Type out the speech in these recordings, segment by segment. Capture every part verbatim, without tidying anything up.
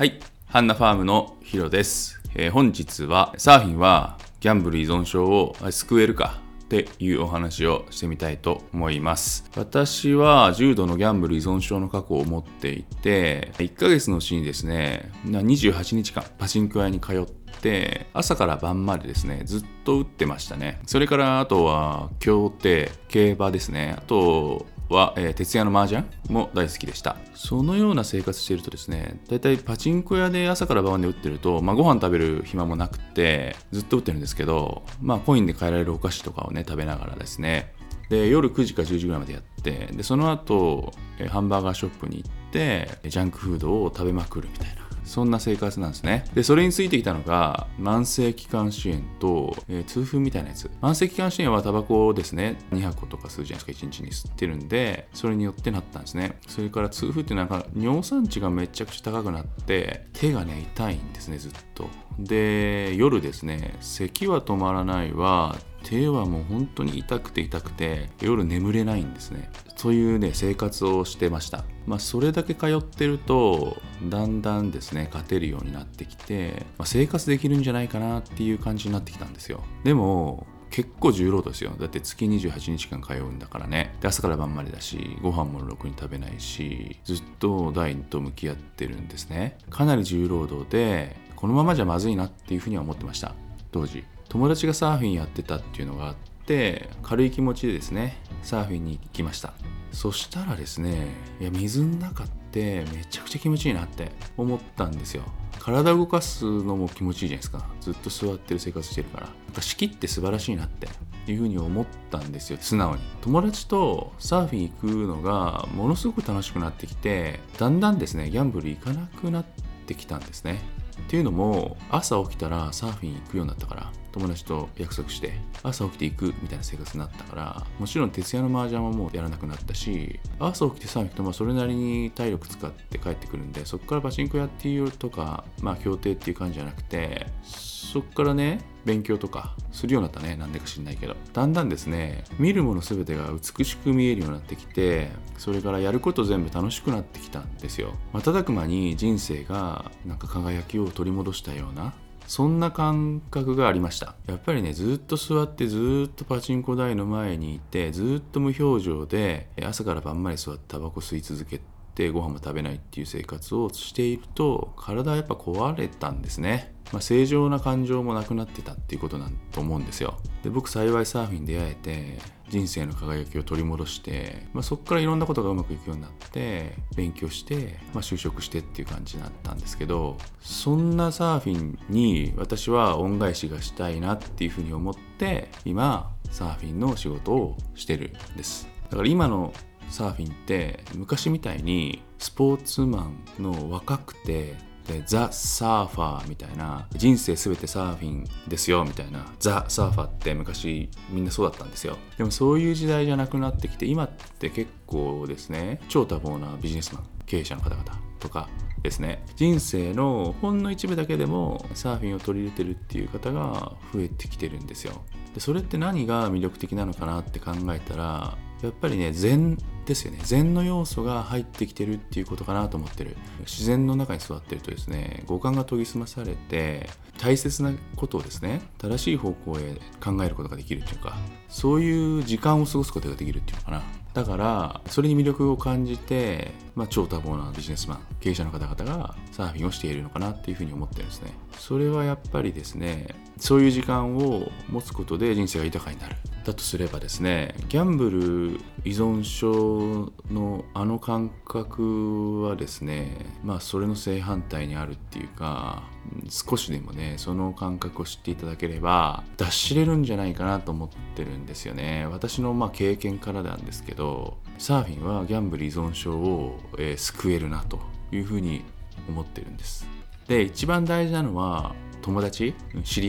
はい、ハンナファームのヒロです、えー、本日はサーフィンはギャンブル依存症を救えるかっていうお話をしてみたいと思います。私は重度のギャンブル依存症の過去を持っていて、いっかげつのうちにですねにじゅうはちにちかんパチンコ屋に通って朝から晩までですねずっと打ってましたね。それからあとは競艇、競馬ですね、あとは、えー、徹夜の麻雀も大好きでした。そのような生活しているとですね、だいたいパチンコ屋で朝から晩まで打ってると、まあ、ご飯食べる暇もなくてずっと打ってるんですけど、まあ、コインで買えられるお菓子とかをね食べながらですね、で夜くじかじゅうじぐらいまでやって、でその後、えー、ハンバーガーショップに行ってジャンクフードを食べまくるみたいな、そんな生活なんですね。でそれについてきたのが慢性気管支炎と、えー、痛風みたいなやつ。慢性気管支炎はタバコをですねに箱とか吸うじゃないですか、いちにちに吸ってるんで、それによってなったんですね。それから痛風ってなんか尿酸値がめちゃくちゃ高くなって手がね痛いんですね、ずっと。で夜ですね、咳は止まらないわ、手はもう本当に痛くて痛くて夜眠れないんですね。そういうね生活をしてました。まあそれだけ通ってるとだんだんですね勝てるようになってきて、まあ、生活できるんじゃないかなっていう感じになってきたんですよ。でも結構重労働ですよ。だって月にじゅうはちにちかん通うんだからね。で朝から晩までだし、ご飯もろくに食べないし、ずっとダイエットと向き合ってるんですね。かなり重労働で、このままじゃまずいなっていうふうには思ってました。当時友達がサーフィンやってたっていうのがあって、軽い気持ちでですねサーフィンに行きました。そしたらですね、いや水の中ってめちゃくちゃ気持ちいいなって思ったんですよ。体を動かすのも気持ちいいじゃないですか。ずっと座ってる生活してるから、なんか四季って素晴らしいなっていうふうに思ったんですよ、素直に。友達とサーフィン行くのがものすごく楽しくなってきて、だんだんですねギャンブル行かなくなってきたんですね。っていうのも、朝起きたらサーフィン行くようになったから、友達と約束して朝起きて行くみたいな生活になったから、もちろん徹夜の麻雀はもうやらなくなったし、朝起きてサーフィン行くとまあそれなりに体力使って帰ってくるんで、そこからパチンコやっていうとか、まあ競艇っていう感じじゃなくて、そこからね勉強とかするようになったね。なんでか知んないけど、だんだんですね見るもの全てが美しく見えるようになってきて、それからやること全部楽しくなってきたんですよ。瞬く間に人生がなんか輝きを取り戻したような、そんな感覚がありました。やっぱりね、ずっと座ってずっとパチンコ台の前にいて、ずっと無表情で朝から晩まで座ってタバコ吸い続けてご飯も食べないっていう生活をしていると、体はやっぱ壊れたんですね。まあ、正常な感情もなくなってたっていうことなんと思うんですよ。で僕幸いサーフィンに出会えて人生の輝きを取り戻して、まあ、そこからいろんなことがうまくいくようになって勉強して、まあ、就職してっていう感じになったんですけど、そんなサーフィンに私は恩返しがしたいなっていうふうに思って、今サーフィンの仕事をしてるんです。だから今のサーフィンって昔みたいにスポーツマンの若くてでザ・サーファーみたいな、人生すべてサーフィンですよみたいな、ザ・サーファーって昔みんなそうだったんですよ。でもそういう時代じゃなくなってきて、今って結構ですね超多忙なビジネスマン、経営者の方々とかですね、人生のほんの一部だけでもサーフィンを取り入れてるっていう方が増えてきてるんですよ。でそれって何が魅力的なのかなって考えたら、やっぱりね禅ですよね。禅の要素が入ってきてるっていうことかなと思ってる。自然の中に座ってるとですね、五感が研ぎ澄まされて大切なことをですね正しい方向へ考えることができるっていうか、そういう時間を過ごすことができるっていうのかな。だからそれに魅力を感じて、まあ、超多忙なビジネスマン、経営者の方々がサーフィンをしているのかなっていうふうに思ってるんですね。それはやっぱりですね、そういう時間を持つことで人生が豊かになる。だとすればですね、ギャンブル依存症のあの感覚はですね、まあそれの正反対にあるっていうか、少しでもねその感覚を知っていただければ脱しれるんじゃないかなと思ってるんですよね。私のまあ経験からなんですけど、サーフィンはギャンブル依存症を、えー、救えるなというふうに思ってるんです。で一番大事なのは友達、知り合い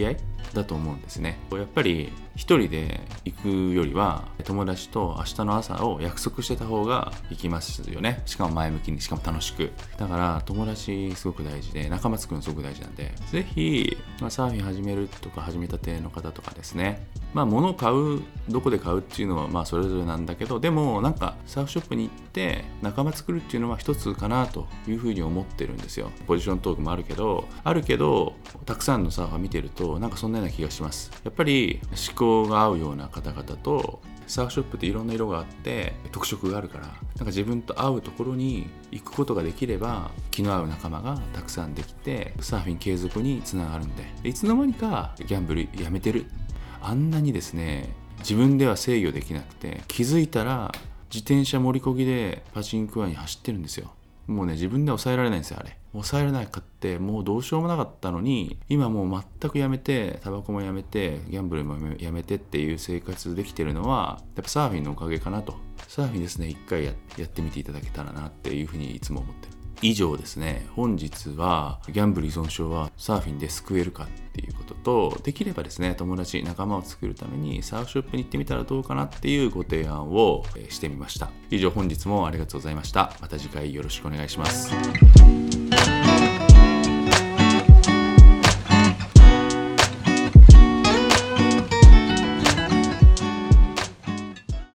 だと思うんですね。やっぱり一人で行くよりは友達と明日の朝を約束してた方が行きますよね。しかも前向きに、しかも楽しく。だから友達すごく大事で、仲間作るのすごく大事なんで、ぜひ、まあ、サーフィン始めるとか始めたての方とかですね、まあ物を買う、どこで買うっていうのはまあそれぞれなんだけど、でもなんかサーフショップに行って仲間作るっていうのは一つかなというふうに思ってるんですよ。ポジショントークもあるけどあるけどたくさんのサーファー見てるとなんかそんなような気がします。やっぱり思考が合うような方々と、サーフショップっていろんな色があって特色があるから、なんか自分と合うところに行くことができれば気の合う仲間がたくさんできてサーフィン継続につながるんで、いつの間にかギャンブルやめてる、あんなにですね自分では制御できなくて、気づいたら自転車盛りこぎでパチンコ屋に走ってるんですよ。もうね自分では抑えられないんですよ。あれ抑えられなかったもうどうしようもなかったのに、今もう全くやめて、タバコもやめてギャンブルもやめてっていう生活できてるのはやっぱサーフィンのおかげかなと。サーフィンですね、一回 や, やってみていただけたらなっていうふうにいつも思ってる。以上ですね。本日はギャンブル依存症はサーフィンで救えるかっていうことと、できればですね友達仲間を作るためにサーフショップに行ってみたらどうかなっていうご提案をしてみました。以上、本日もありがとうございました。また次回よろしくお願いします。